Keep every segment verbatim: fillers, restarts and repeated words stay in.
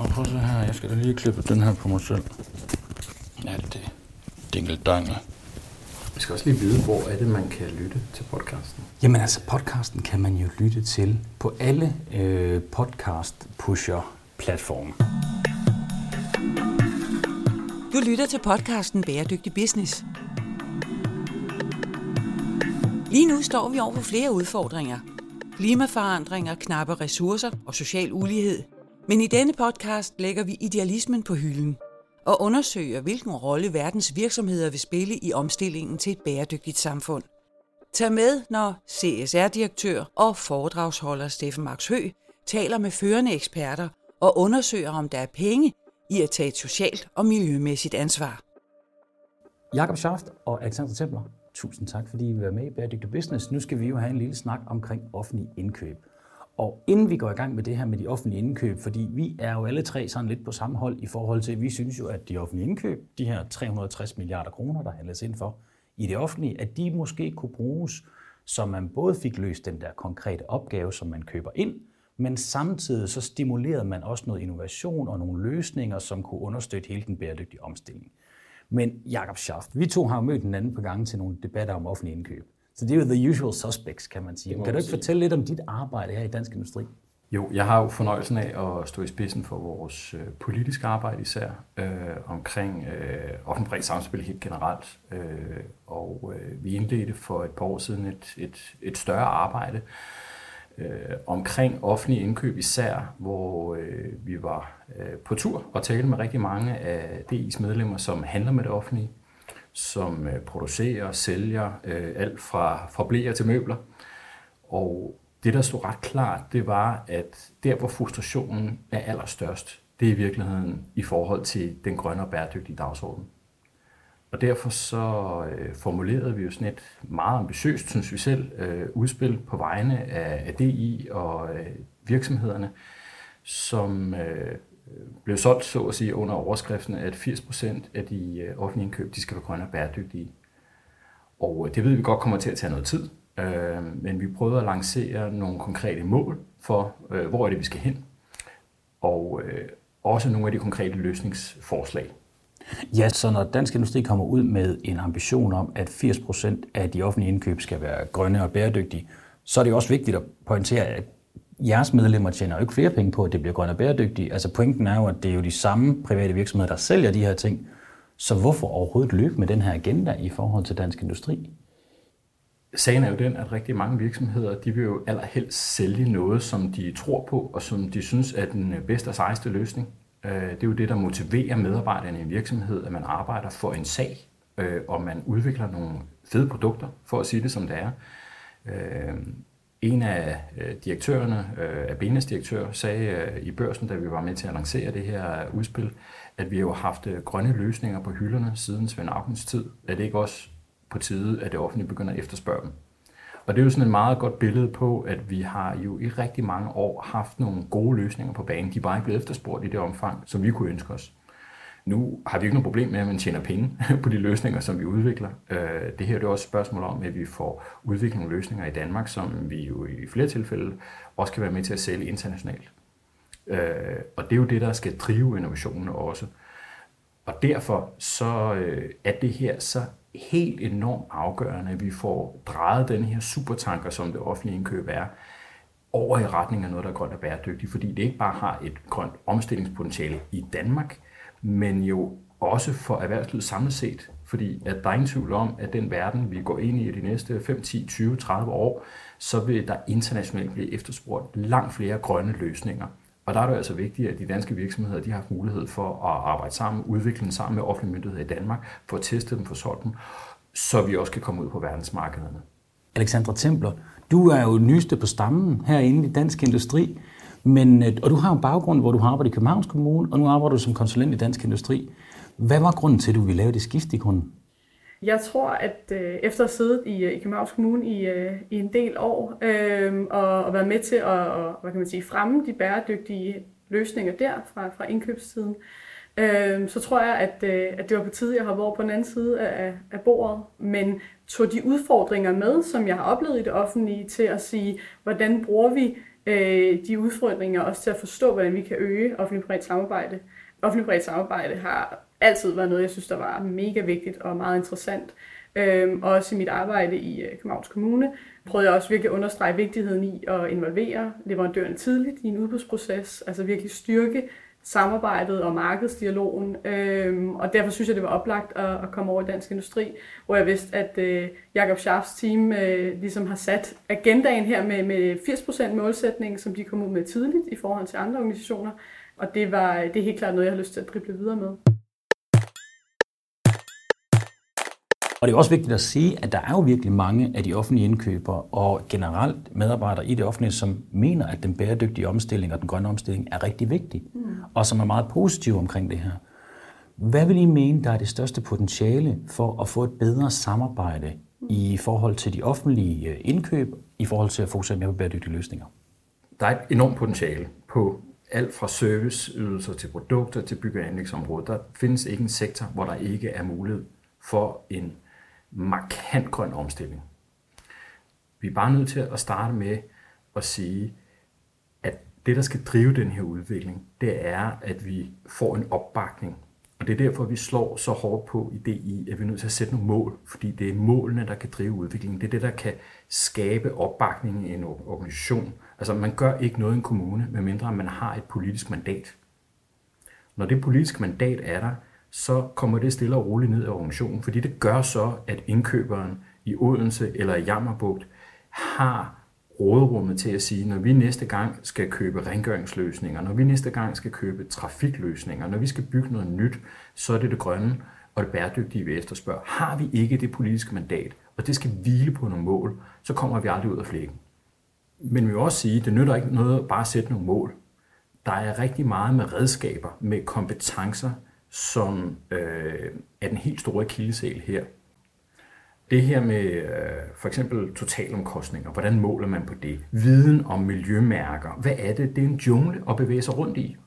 Og prøv så her, jeg skal da lige klippe den her på mig selv. Ja, det er dingeldangel. Vi skal også lige vide, hvor er det, man kan lytte til podcasten? Jamen altså, podcasten kan man jo lytte til på alle øh, podcast-pusher-platforme. Du lytter til podcasten Bæredygtig Business. Lige nu står vi over for flere udfordringer. Klimaforandringer, knappe ressourcer og social ulighed. Men i denne podcast lægger vi idealismen på hylden og undersøger, hvilken rolle verdens virksomheder vil spille i omstillingen til et bæredygtigt samfund. Tag med, når C S R-direktør og foredragsholder Steffen Max Høgh taler med førende eksperter og undersøger, om der er penge i at tage et socialt og miljømæssigt ansvar. Jakob Schaft og Alexander Templer, tusind tak, fordi I vil være med i Bæredygtig Business. Nu skal vi jo have en lille snak omkring offentlig indkøb. Og inden vi går i gang med det her med de offentlige indkøb, fordi vi er jo alle tre sådan lidt på samme hold i forhold til, at vi synes jo, at de offentlige indkøb, de her tre hundrede og tres milliarder kroner, der handles ind for i det offentlige, at de måske kunne bruges, så man både fik løst den der konkrete opgave, som man køber ind, men samtidig så stimulerede man også noget innovation og nogle løsninger, som kunne understøtte hele den bæredygtige omstilling. Men Jakob Schaft, vi to har jo mødt hinanden på gange til nogle debatter om offentlig indkøb. Så det er jo the usual suspects, kan man sige. Kan du ikke fortælle lidt om dit arbejde her i Dansk Industri? Jo, jeg har jo fornøjelsen af at stå i spidsen for vores øh, politiske arbejde især, øh, omkring øh, offentlig samspil helt generelt. Øh, og øh, vi indledte for et par år siden et, et, et større arbejde øh, omkring offentlige indkøb især, hvor øh, vi var øh, på tur og talte med rigtig mange af D I's medlemmer, som handler med det offentlige, som øh, producerer, sælger øh, alt fra, fra bleer til møbler. Og det, der stod ret klart, det var, at der, hvor frustrationen er allerstørst, det er i virkeligheden i forhold til den grønne og bæredygtige dagsorden. Og derfor så øh, formulerede vi jo sådan et meget ambitiøst, synes vi selv, øh, udspil på vegne af, af D I og øh, virksomhederne, som øh, blev solgt, så at sige, under overskriften, at firs procent af de øh, offentlige indkøb, de skal være grønne og bæredygtige. Og øh, det ved vi godt kommer til at tage noget tid. Men vi prøvede at lancere nogle konkrete mål for, øh, hvor er det, vi skal hen, og øh, også nogle af de konkrete løsningsforslag. Ja, så når Dansk Industri kommer ud med en ambition om, at firs procent af de offentlige indkøb skal være grønne og bæredygtige, så er det jo også vigtigt at pointere, at jeres medlemmer tjener jo ikke flere penge på, at det bliver grønne og bæredygtige. Altså pointen er jo, at det er jo de samme private virksomheder, der sælger de her ting. Så hvorfor overhovedet løbe med den her agenda i forhold til Dansk Industri? Sagen er jo den, at rigtig mange virksomheder, de vil jo allerhelst sælge noget, som de tror på, og som de synes er den bedste og sejeste løsning. Det er jo det, der motiverer medarbejderne i en virksomhed, at man arbejder for en sag, og man udvikler nogle fede produkter, for at sige det som det er. En af direktørerne, Abenas direktør, sagde i Børsen, da vi var med til at lancere det her udspil, at vi jo har haft grønne løsninger på hylderne siden Svend Aukens tid. Er det ikke også på tide, at det offentlige begynder at efterspørge dem? Og det er jo sådan et meget godt billede på, at vi har jo i rigtig mange år haft nogle gode løsninger på banen. De er bare ikke blevet efterspurgt i det omfang, som vi kunne ønske os. Nu har vi ikke noget problem med, at man tjener penge på de løsninger, som vi udvikler. Det her er jo også et spørgsmål om, at vi får udviklet nogle løsninger i Danmark, som vi jo i flere tilfælde også kan være med til at sælge internationalt. Og det er jo det, der skal drive innovationen også. Og derfor så er det her så helt enormt afgørende, at vi får drejet den her supertanker, som det offentlige indkøb er, over i retning af noget, der er grønt og bæredygtigt, fordi det ikke bare har et grønt omstillingspotentiale i Danmark, men jo også for erhvervslivet samlet set, fordi at der er ingen tvivl om, at den verden, vi går ind i de næste fem, ti, tyve, tredive år, så vil der internationalt blive efterspurgt langt flere grønne løsninger. Og der er det altså vigtigt, at de danske virksomheder, de har haft mulighed for at arbejde sammen, udvikle dem sammen med offentlige myndigheder i Danmark, for at teste dem, for solgt dem, så vi også kan komme ud på verdensmarkederne. Alexander Templer, du er jo nyeste på stammen herinde i Dansk Industri, men, og du har en baggrund, hvor du har arbejdet i Københavns Kommune, og nu arbejder du som konsulent i Dansk Industri. Hvad var grunden til, at du ville lave det skift i grunden? Jeg tror, at øh, efter at have siddet i, i Københavns Kommune i, øh, i en del år, øh, og, og været med til at og, hvad kan man sige, fremme de bæredygtige løsninger der fra, fra indkøbstiden, øh, så tror jeg, at, øh, at det var på tide, jeg har været over på den anden side af, af bordet, men tog de udfordringer med, som jeg har oplevet i det offentlige, til at sige, hvordan bruger vi øh, de udfordringer, også til at forstå, hvordan vi kan øge offentlig-privat samarbejde. Offentlig-privat samarbejde har altid været noget, jeg synes, der var mega vigtigt og meget interessant. Øhm, også i mit arbejde i øh, Københavns Kommune prøvede jeg også virkelig at understrege vigtigheden i at involvere leverandøren tidligt i en udbudsproces, altså virkelig styrke samarbejdet og markedsdialogen, øhm, og derfor synes jeg, det var oplagt at, at komme over i Dansk Industri, hvor jeg vidste, at øh, Jakob Scharfs team øh, ligesom har sat agendaen her med, med firs procent målsætning, som de kom ud med tidligt i forhold til andre organisationer, og det, var, det er helt klart noget, jeg har lyst til at drible videre med. Og det er også vigtigt at sige, at der er jo virkelig mange af de offentlige indkøbere og generelt medarbejdere i det offentlige, som mener, at den bæredygtige omstilling og den grønne omstilling er rigtig vigtig, mm. og som er meget positive omkring det her. Hvad vil I mene, der er det største potentiale for at få et bedre samarbejde mm. i forhold til de offentlige indkøb, i forhold til at fokusere mere på bæredygtige løsninger? Der er et enormt potentiale på alt fra serviceydelser til produkter til bygge- og anlægsområdet. Der findes ikke en sektor, hvor der ikke er mulighed for en markant grøn omstilling. Vi er bare nødt til at starte med at sige, at det, der skal drive den her udvikling, det er, at vi får en opbakning. Og det er derfor, vi slår så hårdt på i det i, at vi er nødt til at sætte nogle mål, fordi det er målene, der kan drive udviklingen. Det er det, der kan skabe opbakning i en organisation. Altså, man gør ikke noget i en kommune, medmindre man har et politisk mandat. Når det politiske mandat er der, så kommer det stille og roligt ned i organisationen, fordi det gør så, at indkøberen i Odense eller i Jammerbugt har råderummet til at sige, når vi næste gang skal købe rengøringsløsninger, når vi næste gang skal købe trafikløsninger, når vi skal bygge noget nyt, så er det det grønne og det bæredygtige, vi efterspørger. Har vi ikke det politiske mandat, og det skal hvile på nogle mål, så kommer vi aldrig ud af flækken. Men vi vil også sige, at det nytter ikke noget at bare sætte nogle mål. Der er rigtig meget med redskaber, med kompetencer, som øh, er den helt store akilleshæl her. Det her med øh, for eksempel totalomkostninger, hvordan måler man på det? Viden om miljømærker, hvad er det? Det er en jungle at bevæge sig rundt i.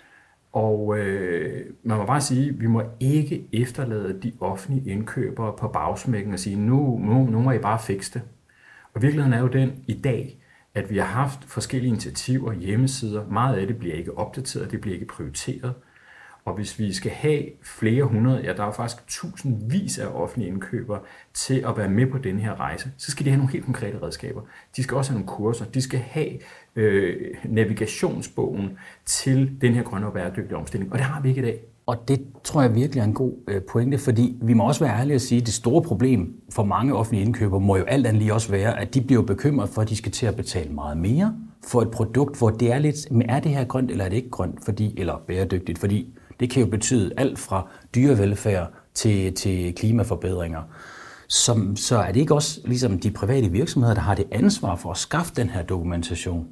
Og øh, man må bare sige, at vi må ikke efterlade de offentlige indkøbere på bagsmækken og sige, nu, nu, nu må I bare fikse det. Og virkeligheden er jo den i dag, at vi har haft forskellige initiativer, hjemmesider. Meget af det bliver ikke opdateret, det bliver ikke prioriteret. Og hvis vi skal have flere hundrede, ja, der er faktisk tusindvis af offentlige indkøbere til at være med på den her rejse, så skal de have nogle helt konkrete redskaber. De skal også have nogle kurser, de skal have øh, navigationsbogen til den her grønne og bæredygtige omstilling, og det har vi ikke i dag. Og det tror jeg virkelig er en god pointe, fordi vi må også være ærlige at sige, at det store problem for mange offentlige indkøbere må jo alt andet lige også være, at de bliver bekymret for, at de skal til at betale meget mere for et produkt, hvor det er lidt, men er det her grønt, eller er det ikke grønt, fordi, eller bæredygtigt, fordi det kan jo betyde alt fra dyrevelfærd til, til klimaforbedringer. Som, så er det ikke også ligesom de private virksomheder, der har det ansvar for at skaffe den her dokumentation?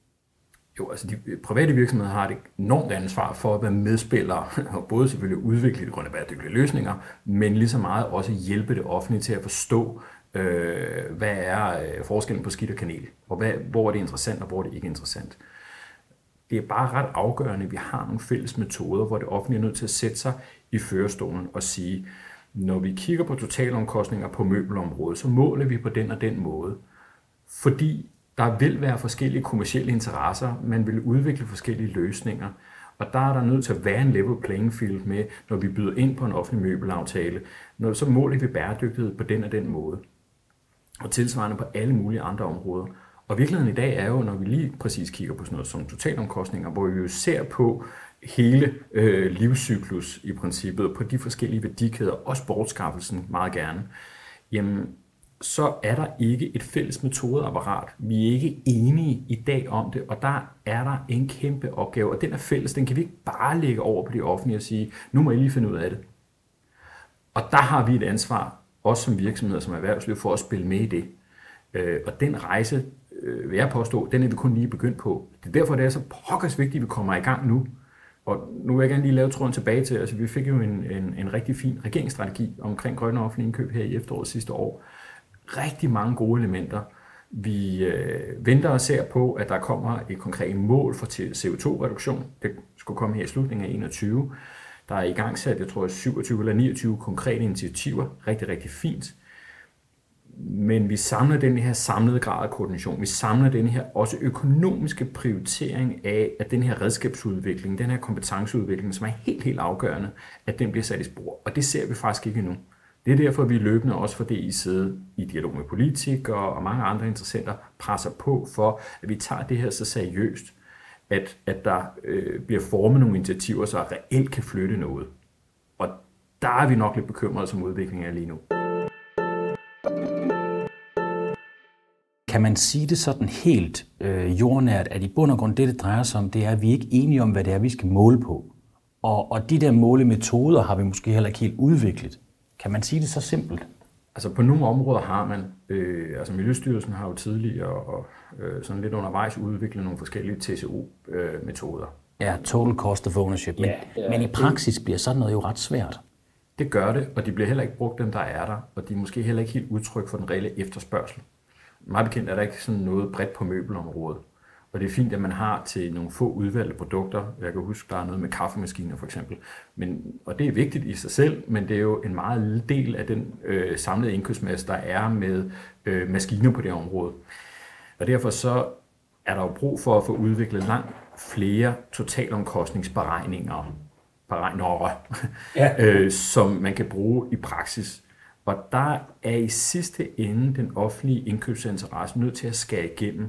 Jo, altså de private virksomheder har et enormt ansvar for at være medspillere, og både selvfølgelig udvikle de grønne bæredygtige løsninger, men lige så meget også hjælpe det offentlige til at forstå, øh, hvad er forskellen på skidt og kanel, og hvad, hvor er det interessant, og hvor er det ikke interessant. Det er bare ret afgørende, at vi har nogle fælles metoder, hvor det offentlige er nødt til at sætte sig i førerstolen og sige, når vi kigger på totalomkostninger på møbelområdet, så måler vi på den og den måde. Fordi der vil være forskellige kommercielle interesser, man vil udvikle forskellige løsninger, og der er der nødt til at være en level playing field med, når vi byder ind på en offentlig møbelaftale, når så måler vi bæredygtighed på den og den måde. Og tilsvarende på alle mulige andre områder. Og virkeligheden i dag er jo, når vi lige præcis kigger på sådan noget som totalomkostninger, hvor vi jo ser på hele øh, livscyklus i princippet, på de forskellige værdikæder, også bortskaffelsen meget gerne, jamen så er der ikke et fælles metodeapparat. Vi er ikke enige i dag om det, og der er der en kæmpe opgave, og den er fælles, den kan vi ikke bare lægge over på de offentlige og sige, nu må I lige finde ud af det. Og der har vi et ansvar, også som virksomheder, som erhvervsliv, for at spille med i det. Øh, og den rejse, øh, vil jeg påstå, den er vi kun lige begyndt på. Det er derfor, det er så pokkers vigtigt, at vi kommer i gang nu. Og nu vil jeg gerne lige lave tråden tilbage til, altså vi fik jo en, en, en rigtig fin regeringsstrategi omkring grønne offentlige indkøb her i efteråret sidste år. Rigtig mange gode elementer. Vi øh, venter og ser på, at der kommer et konkret mål for C O to reduktion. Det skulle komme her i slutningen af enogtyve. Der er i gang sat, jeg tror, syvogtyve eller niogtyve konkrete initiativer. Rigtig, rigtig fint. Men vi samler den her samlede grad af koordination. Vi samler den her også økonomiske prioritering af, at den her redskabsudvikling, den her kompetenceudvikling, som er helt, helt afgørende, at den bliver sat i spor. Og det ser vi faktisk ikke endnu. Det er derfor, vi løbende også for det i side i dialog med politikere og mange andre interessenter presser på for, at vi tager det her så seriøst, at, at der øh, bliver formet nogle initiativer, så reelt kan flytte noget. Og der er vi nok lidt bekymrede, som udviklingen er lige nu. Kan man sige det sådan helt øh, jordnært, at i bund og grund det, det drejer sig om, det er, at vi ikke er enige om, hvad det er, vi skal måle på. Og, og de der målemetoder har vi måske heller ikke helt udviklet. Kan man sige det så simpelt? Altså på nogle områder har man, øh, altså Miljøstyrelsen har jo tidligere og øh, sådan lidt undervejs udviklet nogle forskellige T C O-metoder. Ja, total cost of ownership. Men, ja, ja, men i praksis bliver sådan noget jo ret svært. Det gør det, og de bliver heller ikke brugt dem, der er der, og de er måske heller ikke helt udtryk for den reelle efterspørgsel. Meget bekendt er der ikke sådan noget bredt på møbelområdet. Og det er fint, at man har til nogle få udvalgte produkter. Jeg kan huske, der er noget med kaffemaskiner for eksempel. Men, og det er vigtigt i sig selv, men det er jo en meget lille del af den øh, samlede indkøbsmasse, der er med øh, maskiner på det område. Og derfor så er der jo brug for at få udviklet langt flere totalomkostningsberegninger, beregnere, ja. øh, som man kan bruge i praksis. Og der er i sidste ende den offentlige indkøbsinteresse nødt til at skære igennem.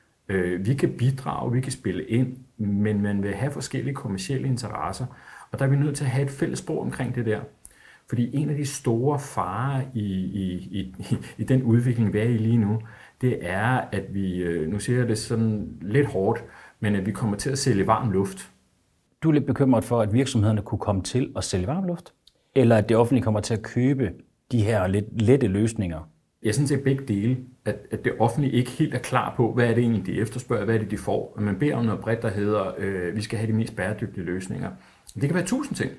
Vi kan bidrage, vi kan spille ind, men man vil have forskellige kommercielle interesser, og der er vi nødt til at have et fælles sprog omkring det der. Fordi en af de store farer i, i, i, i den udvikling, vi er i lige nu, det er, at vi, nu siger jeg det sådan lidt hårdt, men at vi kommer til at sælge varm luft. Du er lidt bekymret for, at virksomhederne kunne komme til at sælge varm luft? Eller at det offentlige kommer til at købe de her lidt lette løsninger? Jeg synes, det er begge dele, at, at det offentlige ikke helt er klar på, hvad er det egentlig, de efterspørger, hvad er det, de får. Og man beder om noget bredt, der hedder, øh, vi skal have de mest bæredygtige løsninger. Det kan være tusind ting.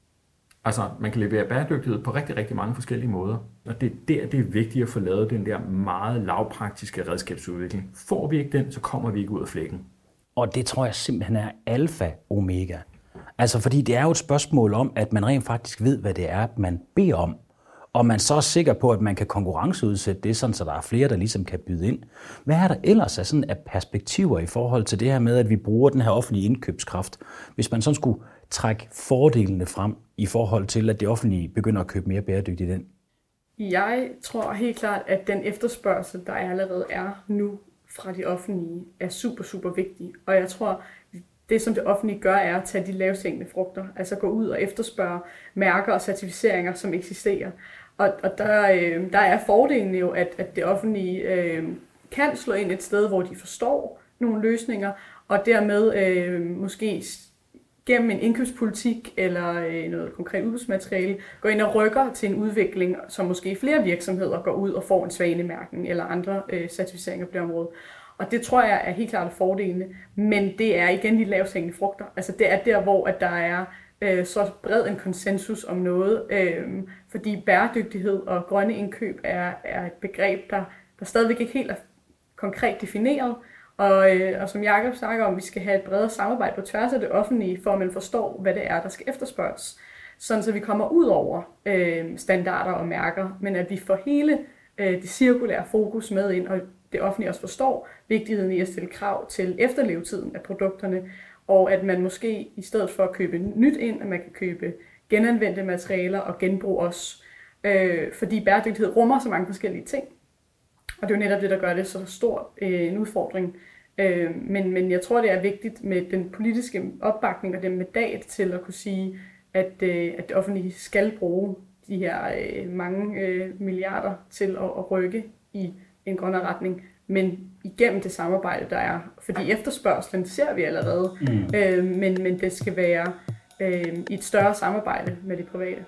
Altså, man kan levere bæredygtighed på rigtig, rigtig mange forskellige måder. Og det er der, det er vigtigt at få lavet den der meget lavpraktiske redskabsudvikling. Får vi ikke den, så kommer vi ikke ud af flækken. Og det tror jeg simpelthen er alfa omega. Altså, fordi det er jo et spørgsmål om, at man rent faktisk ved, hvad det er, man beder om. Og man så er sikker på, at man kan konkurrenceudsætte det, sådan, så der er flere, der ligesom kan byde ind. Hvad er der ellers af, sådan, af perspektiver i forhold til det her med, at vi bruger den her offentlige indkøbskraft? Hvis man sådan skulle trække fordelene frem i forhold til, at det offentlige begynder at købe mere bæredygtigt ind? Jeg tror helt klart, at den efterspørgsel, der allerede er nu fra de offentlige, er super, super vigtig. Og jeg tror, det som det offentlige gør, er at tage de lavthængende frugter. Altså gå ud og efterspørge mærker og certificeringer, som eksisterer. Og, og der, øh, der er fordelen jo, at, at det offentlige øh, kan slå ind et sted, hvor de forstår nogle løsninger, og dermed øh, måske gennem en indkøbspolitik eller øh, noget konkret udbudsmateriale går ind og rykker til en udvikling, som måske flere virksomheder går ud og får en svanemærkning eller andre øh, certificeringer på det område. Og det tror jeg er helt klart fordelene, men det er igen de lavthængende frugter. Altså det er der, hvor at der er øh, så bred en konsensus om noget, øh, fordi bæredygtighed og grønne indkøb er, er et begreb, der, der stadigvæk ikke helt er konkret defineret. Og, øh, og som Jakob snakker om, vi skal have et bredere samarbejde på tværs af det offentlige, for at man forstår, hvad det er, der skal efterspørges. Sådan så vi kommer ud over øh, standarder og mærker, men at vi får hele øh, det cirkulære fokus med ind, og det offentlige også forstår vigtigheden i at stille krav til efterlevetiden af produkterne, og at man måske i stedet for at købe nyt ind, at man kan købe genanvendte materialer og genbrug også, øh, fordi bæredygtighed rummer så mange forskellige ting. Og det er jo netop det, der gør det så stor øh, en udfordring. Øh, men, men jeg tror, det er vigtigt med den politiske opbakning og det mandat til at kunne sige, at, øh, at det offentlige skal bruge de her øh, mange øh, milliarder til at, at rykke i en grønnere retning, men igennem det samarbejde, der er. Fordi efterspørgselen ser vi allerede, mm. øh, men, men det skal være øh, i et større samarbejde med de private.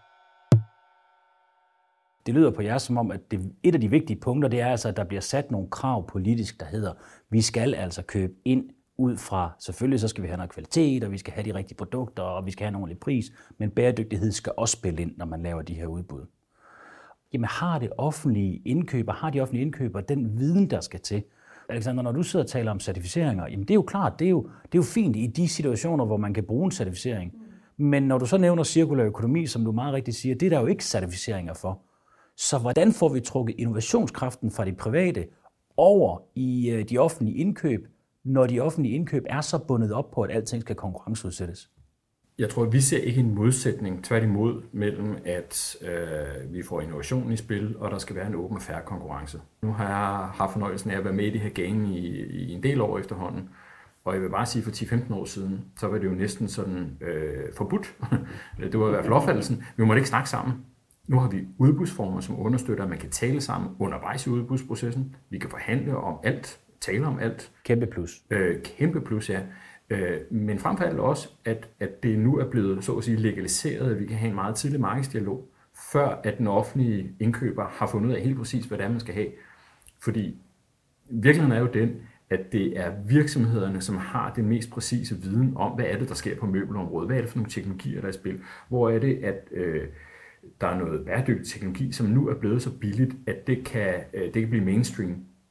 Det lyder på jer som om, at det, et af de vigtige punkter, det er altså, at der bliver sat nogle krav politisk, der hedder, vi skal altså købe ind ud fra, selvfølgelig så skal vi have noget kvalitet, og vi skal have de rigtige produkter, og vi skal have en ordentlig pris, men bæredygtighed skal også spille ind, når man laver de her udbud. Jamen har det offentlige indkøber, har de offentlige indkøber den viden, der skal til? Alexander, når du sidder og taler om certificeringer, jamen det er jo klart, det er jo, det er jo fint i de situationer, hvor man kan bruge en certificering. Men når du så nævner cirkulær økonomi, som du meget rigtigt siger, det er der jo ikke certificeringer for. Så hvordan får vi trukket innovationskraften fra de private over i de offentlige indkøb, når de offentlige indkøb er så bundet op på, at alting skal konkurrenceudsættes? Jeg tror, vi ser ikke en modsætning, tværtimod, mellem at øh, vi får innovation i spil, og der skal være en åben og fair konkurrence. Nu har jeg haft fornøjelsen af at være med i det her game i, i en del år efterhånden, og jeg vil bare sige, for ti til femten år siden, så var det jo næsten sådan øh, forbudt. Det var i hvert fald opfattelsen. Vi måtte ikke snakke sammen. Nu har vi udbudsformer, som understøtter, at man kan tale sammen undervejs i udbudsprocessen. Vi kan forhandle om alt, tale om alt. Kæmpe plus. Øh, kæmpe plus, ja. Øh, men frem for alt også, at, at det nu er blevet så at sige legaliseret, at vi kan have en meget tidlig markedsdialog, før at den offentlige indkøber har fundet ud af helt præcis, hvad det er, man skal have. Fordi virkeligheden er jo den, at det er virksomhederne, som har den mest præcise viden om, hvad er det, der sker på møbelområdet, hvad er det for nogle teknologier, der er i spil, hvor er det, at øh, der er noget bæredygtig teknologi, som nu er blevet så billigt, at det kan, øh, det kan blive mainstream.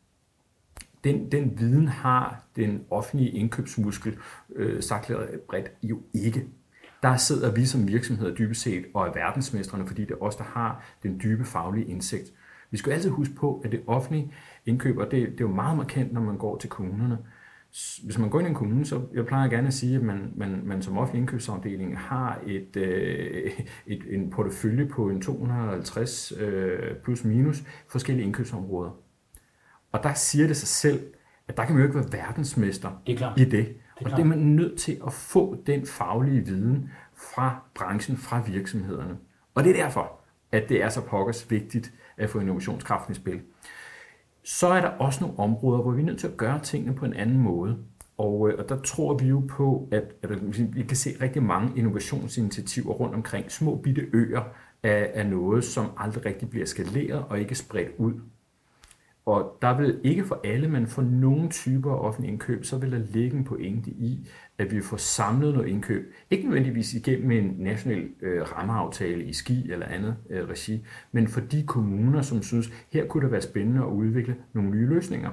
Den, den viden har den offentlige indkøbsmuskel, øh, sagt lidt bredt, jo ikke. Der sidder vi som virksomheder dybest set og er verdensmestrene, fordi det er os, der har den dybe faglige indsigt. Vi skal altid huske på, at det offentlige indkøb, og det, det er jo meget markant, når man går til kommunerne. Hvis man går ind i en kommune, så jeg plejer gerne at sige, at man, man, man som offentlig indkøbsafdeling har et, øh, et, en portefølje på en to hundrede og halvtreds øh, plus minus forskellige indkøbsområder. Og der siger det sig selv, at der kan man jo ikke være verdensmester det i det. det og det er man nødt til at få den faglige viden fra branchen, fra virksomhederne. Og det er derfor, at det er så pokkers vigtigt at få innovationskraften i spil. Så er der også nogle områder, hvor vi er nødt til at gøre tingene på en anden måde. Og, og der tror vi jo på, at, at vi kan se rigtig mange innovationsinitiativer rundt omkring. Små bitte øer af, af noget, som aldrig rigtig bliver skaleret og ikke spredt ud. Og der vil ikke for alle, men for nogle typer af offentlige indkøb, så vil der ligge en pointe i, at vi får samlet noget indkøb. Ikke nødvendigvis igennem en national øh, rammeaftale i ski eller andet øh, regi, men for de kommuner, som synes, her kunne det være spændende at udvikle nogle nye løsninger.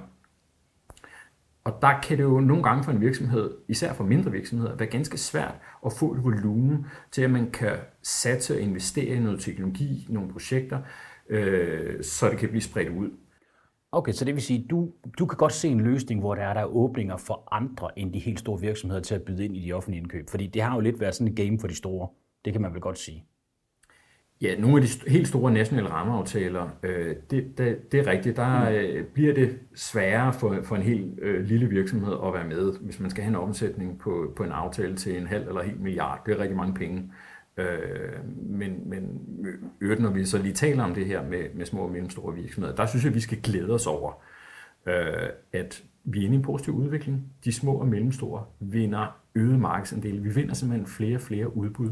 Og der kan det jo nogle gange for en virksomhed, især for mindre virksomheder, være ganske svært at få et volumen til, at man kan satse og investere i noget teknologi, nogle projekter, øh, så det kan blive spredt ud. Okay, så det vil sige, du, du kan godt se en løsning, hvor der er, der er åbninger for andre end de helt store virksomheder til at byde ind i de offentlige indkøb. Fordi det har jo lidt været sådan et game for de store. Det kan man vel godt sige. Ja, nogle af de helt store nationale rammeaftaler, øh, det, det, det er rigtigt. Der øh, bliver det sværere for, for en helt øh, lille virksomhed at være med, hvis man skal have en omsætning på, på en aftale til en halv eller en hel milliard. Det er rigtig mange penge. Øh, men, men øvrigt, når vi så lige taler om det her med, med små og mellemstore virksomheder, der synes jeg, at vi skal glæde os over, øh, at vi er inde i en positiv udvikling. De små og mellemstore vinder øget markedsandel. Vi vinder simpelthen flere og flere udbud.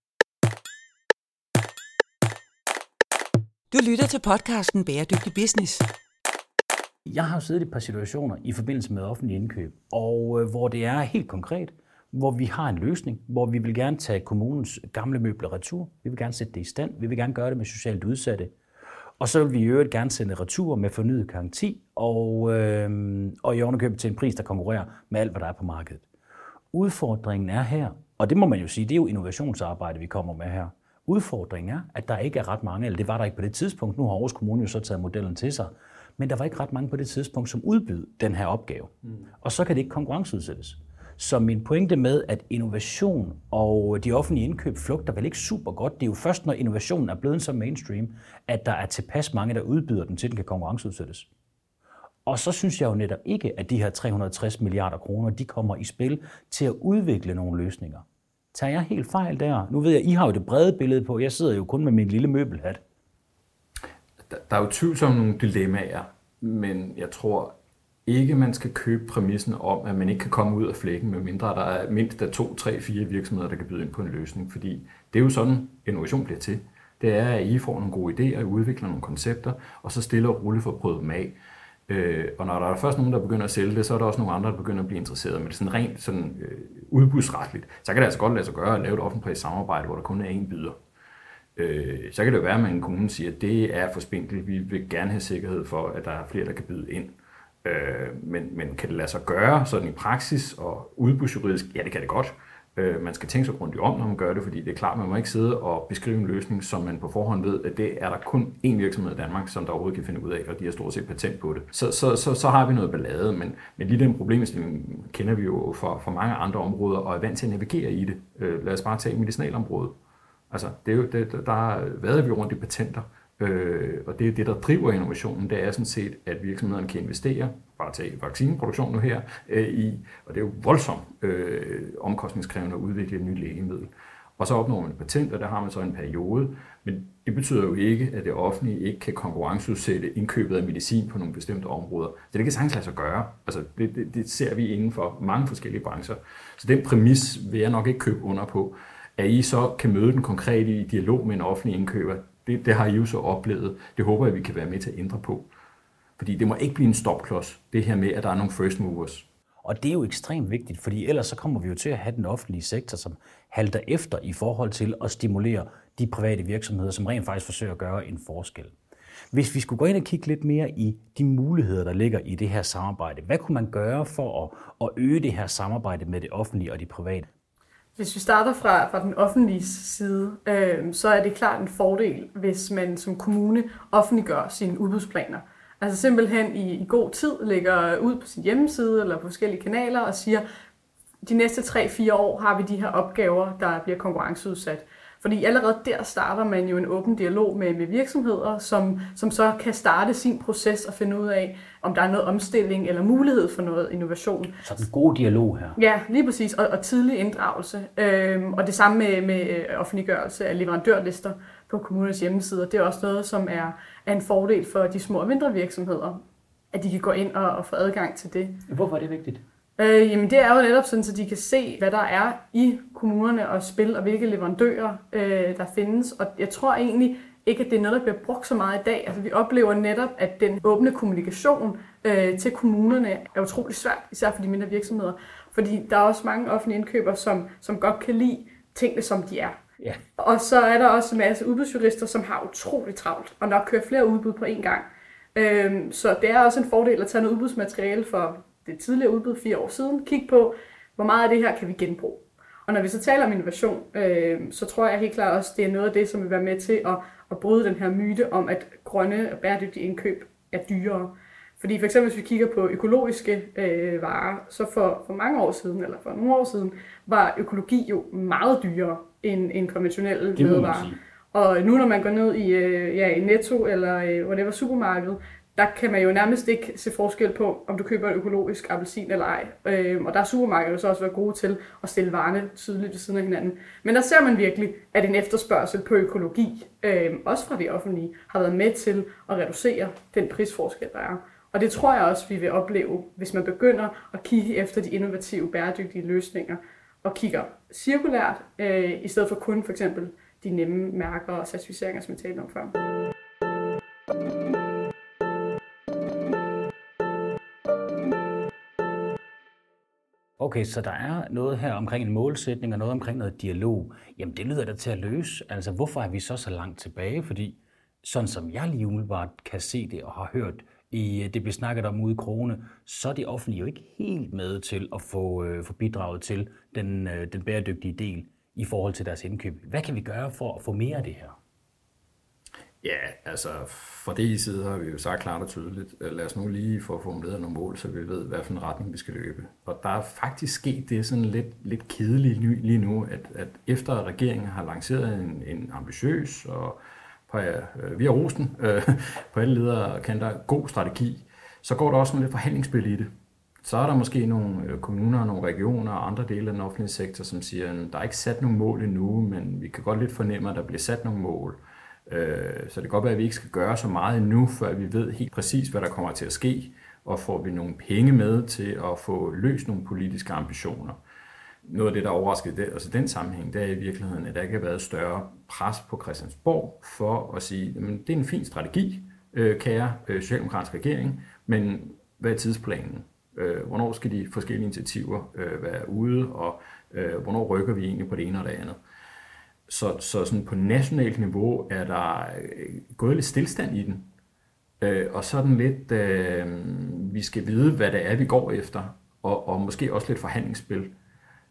Du lytter til podcasten Bæredygtig Business. Jeg har jo siddet i et par situationer i forbindelse med offentlige indkøb, og øh, hvor det er helt konkret, hvor vi har en løsning, hvor vi vil gerne tage kommunens gamle møbler retur. Vi vil gerne sætte det i stand. Vi vil gerne gøre det med socialt udsatte. Og så vil vi i øvrigt gerne sende retur med fornyet garanti og, øh, og i ovenikøbet til en pris, der konkurrerer med alt, hvad der er på markedet. Udfordringen er her, og det må man jo sige, det er jo innovationsarbejde, vi kommer med her. Udfordringen er, at der ikke er ret mange, eller det var der ikke på det tidspunkt. Nu har Aarhus Kommune jo så taget modellen til sig. Men der var ikke ret mange på det tidspunkt, som udbød den her opgave. Mm. Og så kan det ikke konkurrenceudsættes. Så min pointe med, at innovation og de offentlige indkøb flugter vel ikke super godt. Det er jo først, når innovationen er blevet så mainstream, at der er tilpas mange, der udbyder den, til den kan konkurrenceudsættes. Og så synes jeg jo netop ikke, at de her tre hundrede og tres milliarder kroner, de kommer i spil til at udvikle nogle løsninger. Tager jeg helt fejl der? Nu ved jeg, I har jo det brede billede på. Jeg sidder jo kun med min lille møbelhat. Der, der er jo tvivlsomt nogle dilemmaer, men jeg tror ikke, man skal købe præmissen om, at man ikke kan komme ud af flækken, medmindre der er mindst der to, tre, fire virksomheder, der kan byde ind på en løsning. Fordi det er jo sådan, innovation bliver til. Det er, at I får nogle gode idéer, udvikler nogle koncepter, og så stille og roligt for at prøve dem af. Øh, og når der er først nogen, der begynder at sælge det, så er der også nogle andre, der begynder at blive interesseret. Men det er sådan rent sådan, øh, udbudsretligt. Så kan det altså godt lade sig gøre at lave et offentligt samarbejde, hvor der kun er én byder. Øh, så kan det jo være, at man kommunen siger, at det er for spinkelt. Vi vil gerne have sikkerhed for, at der er flere, der kan byde ind. Øh, men, men kan det lade sig gøre sådan i praksis og udbudsjuridisk? Ja, det kan det godt. Øh, man skal tænke sig grundigt om, når man gør det, fordi det er klart, man må ikke sidde og beskrive en løsning, som man på forhånd ved, at det er der kun én virksomhed i Danmark, som der overhovedet kan finde ud af, og de har stort set patent på det. Så, så, så, så har vi noget ballade, men, men lige den problemstilling kender vi jo fra, fra mange andre områder, og er vant til at navigere i det. Øh, lad os bare tage medicinalområdet. Altså, det er jo, det, der vader vi rundt i patenter, øh, og det er det, der driver innovationen. Det er sådan set, at virksomhederne kan investere, bare tage vaccineproduktion nu her, øh, i, og det er jo voldsomt øh, omkostningskrævende at udvikle et nyt lægemiddel. Og så opnår man et patent, og der har man så en periode, men det betyder jo ikke, at det offentlige ikke kan konkurrenceudsætte indkøbet af medicin på nogle bestemte områder. Så det kan sagtens lade sig gøre. Altså, det, det, det ser vi inden for mange forskellige brancher. Så den præmis vil jeg nok ikke købe under på. At I så kan møde den konkrete i dialog med en offentlig indkøber, det, det har I jo så oplevet. Det håber jeg, vi kan være med til at ændre på. Fordi det må ikke blive en stopklods, det her med, at der er nogle first movers. Og det er jo ekstremt vigtigt, fordi ellers så kommer vi jo til at have den offentlige sektor, som halter efter i forhold til at stimulere de private virksomheder, som rent faktisk forsøger at gøre en forskel. Hvis vi skulle gå ind og kigge lidt mere i de muligheder, der ligger i det her samarbejde, hvad kunne man gøre for at, at øge det her samarbejde med det offentlige og de private? Hvis vi starter fra, fra den offentlige side, øh, så er det klart en fordel, hvis man som kommune offentliggør sine udbudsplaner. Altså simpelthen i, i god tid lægger ud på sin hjemmeside eller på forskellige kanaler og siger, de næste tre fire år har vi de her opgaver, der bliver konkurrenceudsat. Fordi allerede der starter man jo en åben dialog med, med virksomheder, som, som så kan starte sin proces og finde ud af, om der er noget omstilling eller mulighed for noget innovation. Så den gode dialog her. Ja, lige præcis. Og, og tidlig inddragelse. Øhm, og det samme med, med offentliggørelse af leverandørlister på kommunernes hjemmesider. Det er også noget, som er, er en fordel for de små og mindre virksomheder, at de kan gå ind og, og få adgang til det. Hvorfor er det vigtigt? Øh, jamen det er jo netop sådan, så de kan se, hvad der er i kommunerne og spil, og hvilke leverandører, øh, der findes. Og jeg tror egentlig ikke, at det er noget, der bliver brugt så meget i dag. Altså vi oplever netop, at den åbne kommunikation øh, til kommunerne er utrolig svært, især for de mindre virksomheder. Fordi der er også mange offentlige indkøbere, som, som godt kan lide tingene, som de er. Ja. Og så er der også en masse udbudsjurister, som har utrolig travlt, og nok kører flere udbud på én gang. Øh, så det er også en fordel at tage noget udbudsmateriale for det tidligere udbud fire år siden, kigge på, hvor meget af det her kan vi genbruge. Og når vi så taler om innovation, øh, så tror jeg helt klart også, det er noget af det, som vil være med til at, at bryde den her myte om, at grønne og bæredygtige indkøb er dyrere. Fordi for eksempel, hvis vi kigger på økologiske øh, varer, så for, for mange år siden, eller for nogle år siden, var økologi jo meget dyrere end, end konventionelle madvarer. Og nu når man går ned i, øh, ja, i Netto eller øh, whatever supermarked, der kan man jo nærmest ikke se forskel på, om du køber en økologisk appelsin eller ej. Øhm, og der er supermarkeder så også været gode til at stille varerne tydeligt ved siden af hinanden. Men der ser man virkelig, at en efterspørgsel på økologi, øhm, også fra det offentlige, har været med til at reducere den prisforskel, der er. Og det tror jeg også, vi vil opleve, hvis man begynder at kigge efter de innovative, bæredygtige løsninger, og kigger cirkulært, øh, i stedet for kun for eksempel de nemme mærker og certificeringer, som vi talte om før. Okay, så der er noget her omkring en målsætning og noget omkring noget dialog. Jamen det lyder da til at løse. Altså hvorfor er vi så så langt tilbage? Fordi sådan som jeg lige umiddelbart kan se det og har hørt, i det bliver snakket om ude i Krone, så er det offentlige jo ikke helt med til at få, øh, få bidraget til den, øh, den bæredygtige del i forhold til deres indkøb. Hvad kan vi gøre for at få mere af det her? Ja, altså fra det i side har vi jo sagt klart og tydeligt, lad os nu lige få formuleret nogle mål, så vi ved, hvad for en retning vi skal løbe. Og der er faktisk sket det sådan lidt, lidt kedeligt lige nu, at, at efter at regeringen har lanceret en, en ambitiøs og på, øh, vi har rosten øh, på alle ledere kanter god strategi, så går der også noget lidt forhandlingsspil i det. Så er der måske nogle kommuner, nogle regioner og andre dele af den offentlige sektor, som siger, at der er ikke sat nogle mål endnu, men vi kan godt lidt fornemme, at der bliver sat nogle mål. Så det kan godt være, at vi ikke skal gøre så meget endnu, før vi ved helt præcis, hvad der kommer til at ske, og får vi nogle penge med til at få løst nogle politiske ambitioner. Noget af det, der overraskede det, altså den sammenhæng, det er i virkeligheden, at der ikke har været større pres på Christiansborg for at sige, at det er en fin strategi, kære socialdemokratiske regering, men hvad er tidsplanen? Hvornår skal de forskellige initiativer være ude, og hvornår rykker vi egentlig på det ene og det andet? Så, så sådan på nationalt niveau er der gået lidt stillstand i den. Øh, og sådan lidt, øh, vi skal vide, hvad det er, vi går efter, og, og måske også lidt forhandlingsspil.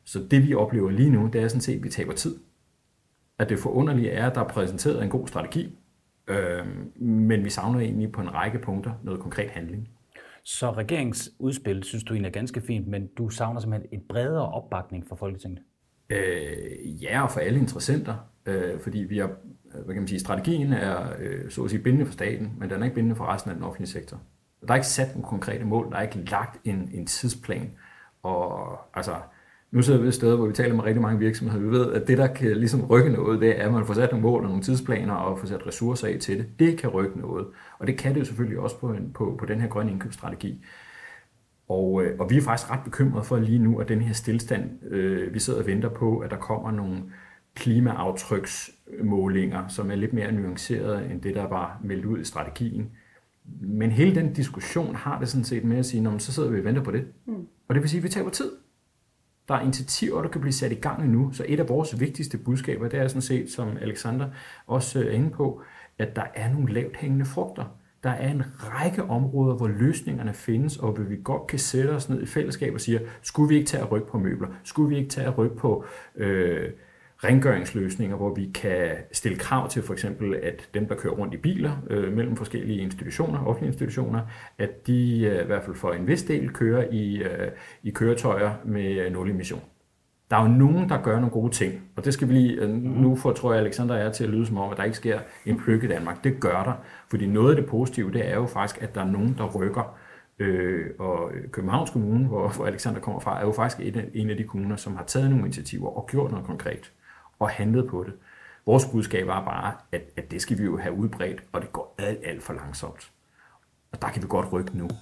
Så det vi oplever lige nu, det er sådan set, at vi taber tid. At det forunderlige er, at der er præsenteret en god strategi, øh, men vi savner egentlig på en række punkter noget konkret handling. Så regeringsudspil synes du egentlig er ganske fint, men du savner simpelthen et bredere opbakning fra Folketinget? Øh, ja, og for alle interessenter, øh, fordi vi har, hvad kan man sige, strategien er øh, så at sige bindende for staten, men den er ikke bindende for resten af den offentlige sektor. Der er ikke sat nogle konkrete mål, der er ikke lagt en, en tidsplan, og altså, nu sidder vi et sted, hvor vi taler med rigtig mange virksomheder. Vi ved, at det, der kan ligesom rykke noget, det er, at man får sat nogle mål og nogle tidsplaner og får sat ressourcer af til det. Det kan rykke noget, og det kan det jo selvfølgelig også på, en, på, på den her grønne indkøbsstrategi. Og, og vi er faktisk ret bekymrede for lige nu, at den her stillstand, øh, vi sidder og venter på, at der kommer nogle klimaaftryksmålinger, som er lidt mere nuancerede end det, der var meldt ud i strategien. Men hele den diskussion har det sådan set med at sige, så sidder vi og venter på det. Mm. Og det vil sige, at vi taber tid. Der er initiativer, der kan blive sat i gang nu, så et af vores vigtigste budskaber, det er sådan set, som Alexander også er inde på, at der er nogle lavt hængende frugter. Der er en række områder, hvor løsningerne findes, og hvor vi godt kan sætte os ned i fællesskab og sige, skulle vi ikke tage at rykke på møbler? Skulle vi ikke tage at rykke på øh, rengøringsløsninger, hvor vi kan stille krav til for eksempel, at dem, der kører rundt i biler øh, mellem forskellige institutioner, offentlige institutioner, at de øh, i hvert fald for en vis del kører i, øh, i køretøjer med nul emission. Der er jo nogen, der gør nogle gode ting, og det skal vi lige, nu for, tror jeg, Alexander er til at lyde som om, at der ikke sker en pløk i Danmark. Det gør der, fordi noget af det positive, det er jo faktisk, at der er nogen, der rykker. Øh, og Københavns Kommune, hvor, hvor Alexander kommer fra, er jo faktisk et af, en af de kommuner, som har taget nogle initiativer og gjort noget konkret og handlet på det. Vores budskab er bare, at, at det skal vi jo have udbredt, og det går alt, alt for langsomt. Og der kan vi godt rykke nu.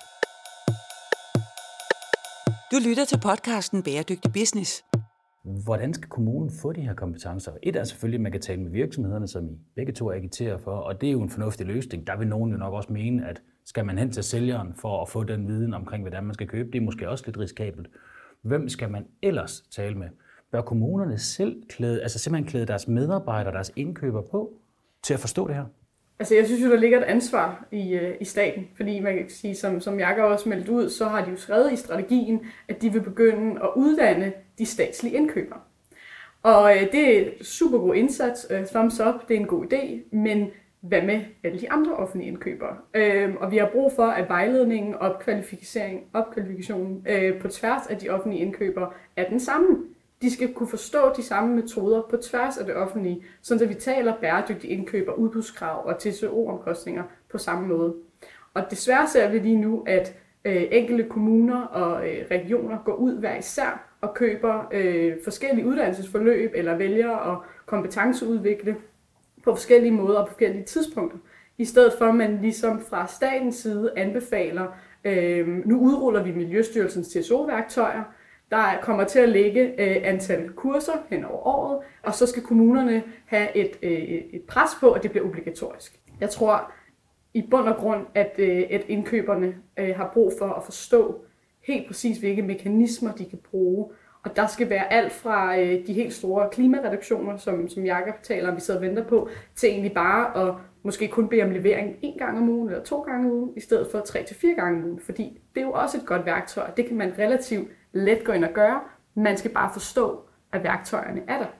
Du lytter til podcasten Bæredygtig Business. Hvordan skal kommunen få de her kompetencer? Et er selvfølgelig, at man kan tale med virksomhederne, som I begge to agiterer for, og det er jo en fornuftig løsning. Der vil nogen jo nok også mene, at skal man hen til sælgeren for at få den viden omkring, hvordan man skal købe, det er måske også lidt risikabelt. Hvem skal man ellers tale med? Bør kommunerne selv klæde, altså simpelthen klæde deres medarbejdere, deres indkøbere på til at forstå det her? Altså jeg synes jo, der ligger et ansvar i, øh, i staten, fordi man kan sige, som, som Jakob også meldt ud, så har de jo skrevet i strategien, at de vil begynde at uddanne de statslige indkøbere. Og øh, det er en super god indsats, øh, thumbs up, det er en god idé, men hvad med alle de andre offentlige indkøbere? Øh, og vi har brug for, at vejledningen og opkvalifikation, opkvalifikationen øh, på tværs af de offentlige indkøbere er den samme. De skal kunne forstå de samme metoder på tværs af det offentlige, så vi taler bæredygtige indkøb og udbudskrav og T C O-omkostninger på samme måde. Og desværre ser vi lige nu, at øh, enkelte kommuner og øh, regioner går ud hver især og køber øh, forskellige uddannelsesforløb eller vælger at kompetenceudvikle på forskellige måder og på forskellige tidspunkter. I stedet for, at man ligesom fra statens side anbefaler, øh, nu udruller vi Miljøstyrelsens T C O-værktøjer, der kommer til at ligge øh, antal kurser hen over året, og så skal kommunerne have et, øh, et pres på, at det bliver obligatorisk. Jeg tror i bund og grund, at, øh, at indkøberne øh, har brug for at forstå helt præcis, hvilke mekanismer de kan bruge. Og der skal være alt fra øh, de helt store klimareduktioner, som, som Jakob taler om, vi sidder og venter på, til egentlig bare at måske kun bede om levering en gang om ugen eller to gange om ugen, i stedet for tre til fire gange om ugen. Fordi det er jo også et godt værktøj, det kan man relativt let gå ind og gøre. Man skal bare forstå, at værktøjerne er der.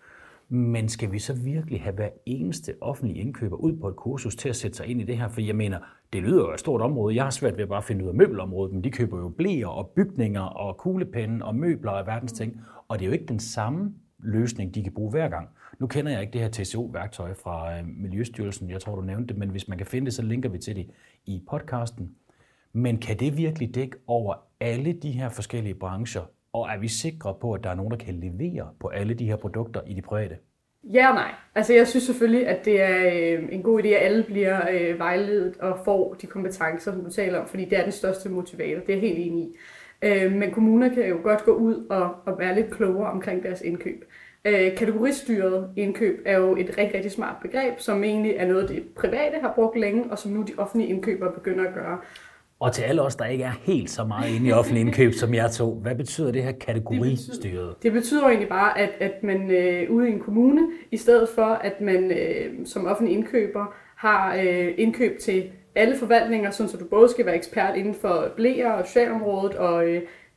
Men skal vi så virkelig have hver eneste offentlige indkøber ud på et kursus til at sætte sig ind i det her? For jeg mener, det lyder jo et stort område. Jeg har svært ved at bare finde ud af møbelområdet, men de køber jo bleer og bygninger og kuglepenne og møbler og verdens ting. Og det er jo ikke den samme løsning, de kan bruge hver gang. Nu kender jeg ikke det her T C O-værktøj fra Miljøstyrelsen, jeg tror, du nævnte det, men hvis man kan finde det, så linker vi til det i podcasten. Men kan det virkelig dække over alle de her forskellige brancher? Og er vi sikre på, at der er nogen, der kan levere på alle de her produkter i de private? Ja og nej. Altså jeg synes selvfølgelig, at det er øh, en god idé, at alle bliver øh, vejledet og får de kompetencer, som du taler om, fordi det er den største motivator. Det er jeg helt enig i. Øh, men kommuner kan jo godt gå ud og, og være lidt klogere omkring deres indkøb. Øh, kategoristyret indkøb er jo et rigtig, rigtig smart begreb, som egentlig er noget, det private har brugt længe, og som nu de offentlige indkøbere begynder at gøre. Og til alle os, der ikke er helt så meget inde i offentlige indkøb som jeg to, hvad betyder det her kategoristyret? Det betyder, det betyder jo egentlig bare, at, at man øh, ude i en kommune, i stedet for at man øh, som offentlig indkøber har øh, indkøb til alle forvaltninger, sådan så du både skal være ekspert inden for bleer og socialområdet og øh,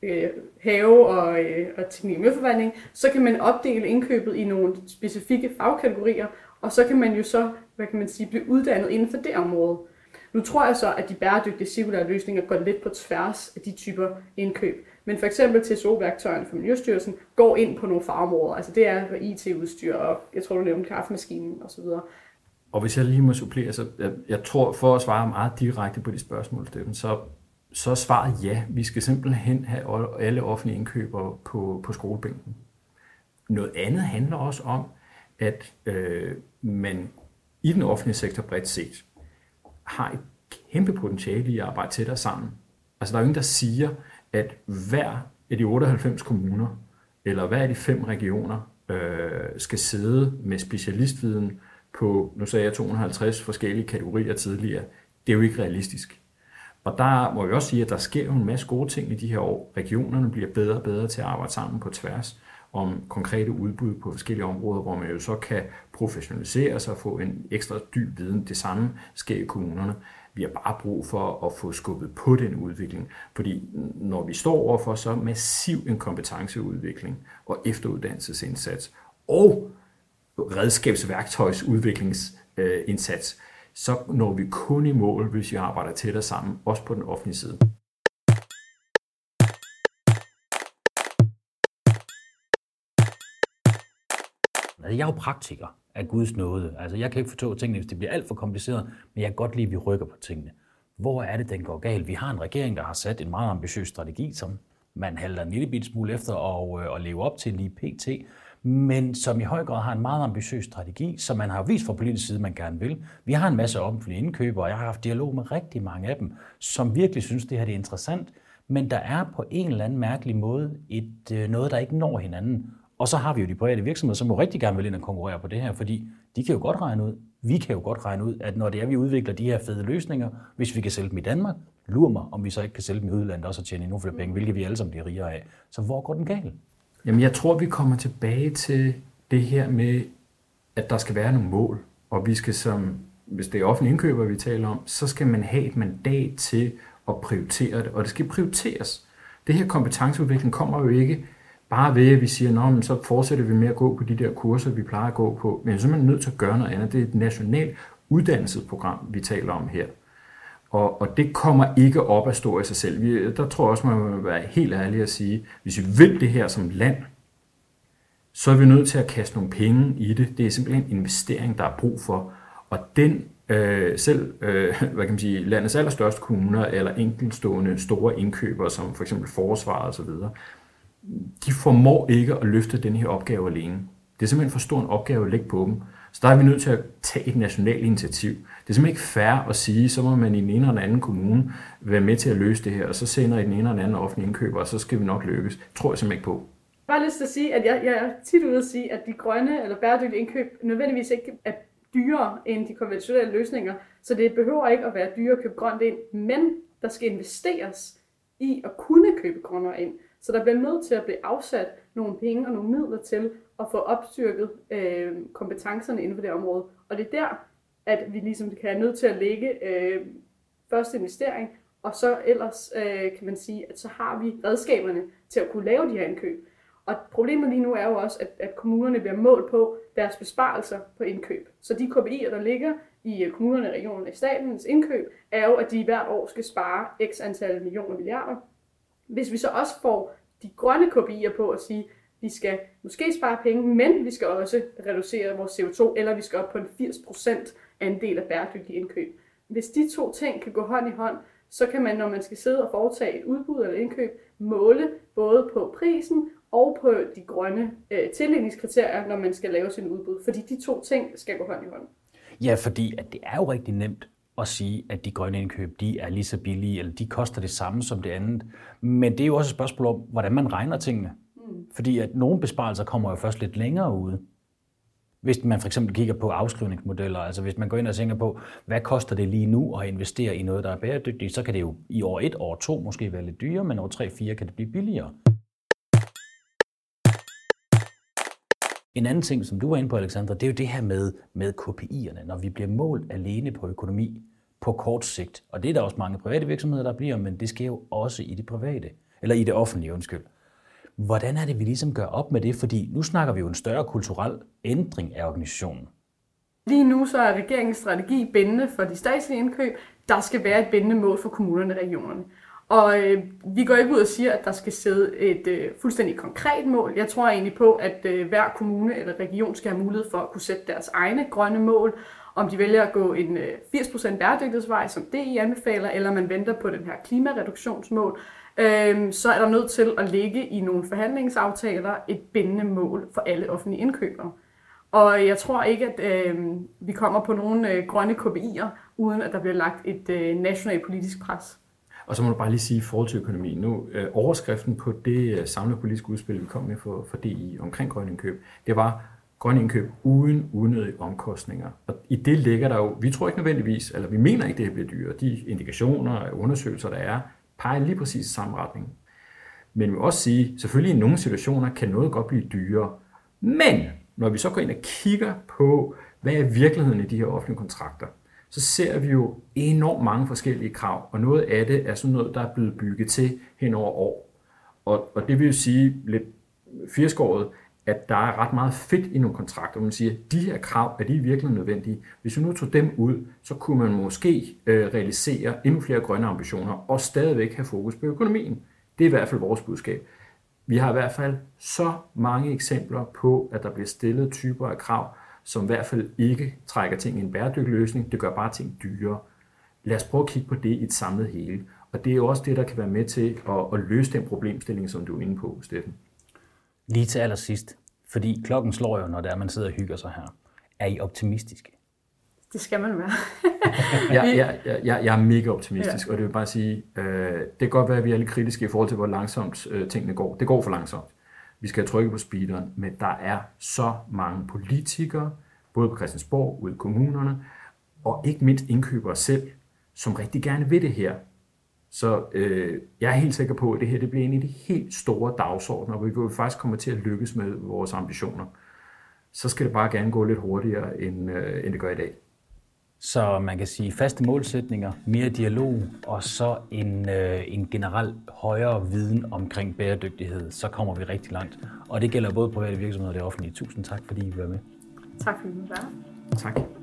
øh, have og, øh, og teknik- og miljøforvaltning, så kan man opdele indkøbet i nogle specifikke fagkategorier, og så kan man jo så, hvad kan man sige, blive uddannet inden for det område. Nu tror jeg så, at de bæredygtige cirkulære løsninger går lidt på tværs af de typer indkøb. Men for eksempel T S O-værktøjerne fra Miljøstyrelsen går ind på nogle fagområder. Altså det er I T-udstyr, og jeg tror, du nævnte kaffemaskinen osv. Og hvis jeg lige må supplere, så jeg, jeg tror, for at svare meget direkte på de spørgsmål, Steffen, så, så er svaret ja. Vi skal simpelthen have alle offentlige indkøbere på, på skolebænken. Noget andet handler også om, at øh, man i den offentlige sektor bredt set har et kæmpe potentiale i at arbejde tættere sammen. Altså der er jo ingen, der siger, at hver af de otteoghalvfems kommuner, eller hver af de fem regioner, øh, skal sidde med specialistviden på, nu sagde jeg to hundrede og halvtreds forskellige kategorier tidligere. Det er jo ikke realistisk. Og der må jeg også sige, at der sker jo en masse gode ting i de her år. Regionerne bliver bedre og bedre til at arbejde sammen på tværs om konkrete udbud på forskellige områder, hvor man jo så kan professionalisere sig og få en ekstra dyb viden. Det samme sker i kommunerne. Vi har bare brug for at få skubbet på den udvikling, fordi når vi står overfor så massiv en kompetenceudvikling og efteruddannelsesindsats og redskabsværktøjsudviklingsindsats, så når vi kun i mål, hvis vi arbejder tættere sammen, også på den offentlige side. Jeg er jo praktiker af Guds nåde. Altså, jeg kan ikke forstå tingene, hvis det bliver alt for kompliceret, men jeg kan godt lide, at vi rykker på tingene. Hvor er det, den går galt? Vi har en regering, der har sat en meget ambitiøs strategi, som man halter en lille bit smule efter og, og leve op til lige pt., men som i høj grad har en meget ambitiøs strategi, som man har vist fra politisk side, man gerne vil. Vi har en masse offentlige indkøbere, og jeg har haft dialog med rigtig mange af dem, som virkelig synes, det her det er interessant, men der er på en eller anden mærkelig måde et, noget, der ikke når hinanden. Og så har vi jo de private virksomheder, som jo rigtig gerne vil ind og konkurrere på det her, fordi de kan jo godt regne ud, vi kan jo godt regne ud, at når det er, vi udvikler de her fede løsninger, hvis vi kan sælge dem i Danmark, lurer mig, om vi så ikke kan sælge dem i udlandet også og tjene endnu flere penge, hvilket vi alle sammen bliver rigere af. Så hvor går den galt? Jamen jeg tror, vi kommer tilbage til det her med, at der skal være nogle mål, og vi skal som, hvis det er offentlige indkøber, vi taler om, så skal man have et mandat til at prioritere det, og det skal prioriteres. Det her kompetenceudvikling kommer jo ikke bare ved, at vi siger, nå, men så fortsætter vi med at gå på de der kurser, vi plejer at gå på. Men så er man nødt til at gøre noget andet. Det er et nationalt uddannelsesprogram, vi taler om her. Og, og det kommer ikke op at stå i sig selv. Vi, der tror jeg også, man må være helt ærlig at sige, hvis vi vil det her som land, så er vi nødt til at kaste nogle penge i det. Det er simpelthen en investering, der er brug for. Og den øh, selv, øh, hvad kan man sige, landets allerstørste kommuner, eller enkeltstående store indkøbere, som for eksempel forsvaret osv., de formår ikke at løfte den her opgave alene. Det er simpelthen for stor en opgave at lægge på dem. Så der er vi nødt til at tage et nationalt initiativ. Det er simpelthen ikke fair at sige, så må man i den ene eller den anden kommune være med til at løse det her, og så sender i den ene eller den anden offentlige indkøber, og så skal vi nok lykkes. Det tror jeg simpelthen ikke på. Jeg har bare lyst til at sige, at jeg, jeg er tit ude at sige, at de grønne eller bæredygtige indkøb nødvendigvis ikke er dyrere end de konventionelle løsninger, så det behøver ikke at være dyrere at købe grønt ind, men der skal investeres i at kunne købe grønnere ind. Så der bliver nødt til at blive afsat nogle penge og nogle midler til at få opstyrket øh, kompetencerne inden for det område. Og det er der, at vi ligesom kan have nødt til at lægge øh, første investering, og så ellers øh, kan man sige, at så har vi redskaberne til at kunne lave de her indkøb. Og problemet lige nu er jo også, at, at kommunerne bliver målt på deres besparelser på indkøb. Så de K P I'er, der ligger i kommunerne, regionerne og statens indkøb, er jo, at de hvert år skal spare x antal millioner milliarder. Hvis vi så også får de grønne K P I'er på at sige, at vi skal måske spare penge, men vi skal også reducere vores C O to, eller vi skal op på en firs procent andel af bæredygtige indkøb. Hvis de to ting kan gå hånd i hånd, så kan man, når man skal sidde og foretage et udbud eller indkøb, måle både på prisen og på de grønne øh, tildelingskriteриer, når man skal lave sin udbud. Fordi de to ting skal gå hånd i hånd. Ja, fordi at det er jo rigtig nemt at sige, at de grønne indkøb, de er lige så billige, eller de koster det samme som det andet. Men det er jo også et spørgsmål om, hvordan man regner tingene. Mm. Fordi at nogle besparelser kommer jo først lidt længere ude. Hvis man for eksempel kigger på afskrivningsmodeller, altså hvis man går ind og tænker på, hvad koster det lige nu at investere i noget, der er bæredygtigt, så kan det jo i år et, år to måske være lidt dyrere, men år tre, fire kan det blive billigere. En anden ting, som du var inde på, Alexandra, det er jo det her med, med K P I'erne, når vi bliver målt alene på økonomi på kort sigt. Og det er der også mange private virksomheder, der bliver, men det sker jo også i det private. eller i det offentlige, undskyld. Hvordan er det, vi ligesom gør op med det? Fordi nu snakker vi jo en større kulturel ændring af organisationen. Lige nu så er regeringens strategi bindende for de statslige indkøb. Der skal være et bindende mål for kommunerne og regionerne. Og øh, vi går ikke ud og siger, at der skal sidde et øh, fuldstændig konkret mål. Jeg tror egentlig på, at øh, hver kommune eller region skal have mulighed for at kunne sætte deres egne grønne mål. Om de vælger at gå en øh, firs procent bæredygtighedsvej, som D I anbefaler, eller man venter på den her klimareduktionsmål, øh, så er der nødt til at ligge i nogle forhandlingsaftaler et bindende mål for alle offentlige indkøbere. Og jeg tror ikke, at øh, vi kommer på nogle øh, grønne K P I'er, uden at der bliver lagt et øh, nationalt politisk pres. Og så må du bare lige sige i forhold til økonomi. Nu, øh, overskriften på det øh, samlede politiske udspil, vi kom med for, for D I omkring grøn indkøb, det var grøn indkøb uden unødige omkostninger. Og i det ligger der jo, vi tror ikke nødvendigvis, eller vi mener ikke, det her bliver dyrere. De indikationer og undersøgelser, der er, peger lige præcis i samme retning. Men vi vil også sige, selvfølgelig i nogle situationer kan noget godt blive dyrere. Men når vi så går ind og kigger på, hvad er virkeligheden i de her offentlige kontrakter, så ser vi jo enormt mange forskellige krav, og noget af det er sådan noget, der er blevet bygget til hen over år. Og, og det vil jo sige lidt firskåret, at der er ret meget fedt i nogle kontrakter, hvor man siger, at de her krav, er de virkelig nødvendige? Hvis vi nu tog dem ud, så kunne man måske øh, realisere endnu flere grønne ambitioner, og stadigvæk have fokus på økonomien. Det er i hvert fald vores budskab. Vi har i hvert fald så mange eksempler på, at der bliver stillet typer af krav, som i hvert fald ikke trækker ting i en bæredygtig løsning. Det gør bare ting dyrere. Lad os prøve at kigge på det i et samlet hele. Og det er jo også det, der kan være med til at, at løse den problemstilling, som du er inde på, Steffen. Lige til allersidst, fordi klokken slår jo, når det er, man sidder og hygger sig her. Er I optimistiske? Det skal man være. jeg, jeg, jeg, jeg er mega optimistisk, ja. Og det vil bare sige, øh, det kan godt være, at vi er lidt kritiske i forhold til, hvor langsomt øh, tingene går. Det går for langsomt. Vi skal trykke på speederen, men der er så mange politikere, både på Christiansborg, ude i kommunerne, og ikke mindst indkøbere selv, som rigtig gerne vil det her. Så øh, jeg er helt sikker på, at det her det bliver en af de helt store dagsordner, hvor vi faktisk kommer til at lykkes med vores ambitioner. Så skal det bare gerne gå lidt hurtigere, end, øh, end det gør i dag. Så man kan sige faste målsætninger, mere dialog og så en, øh, en generelt højere viden omkring bæredygtighed, så kommer vi rigtig langt. Og det gælder både private virksomheder og det offentlige. Tusind tak, fordi I var med. Tak fordi I var med. Tak.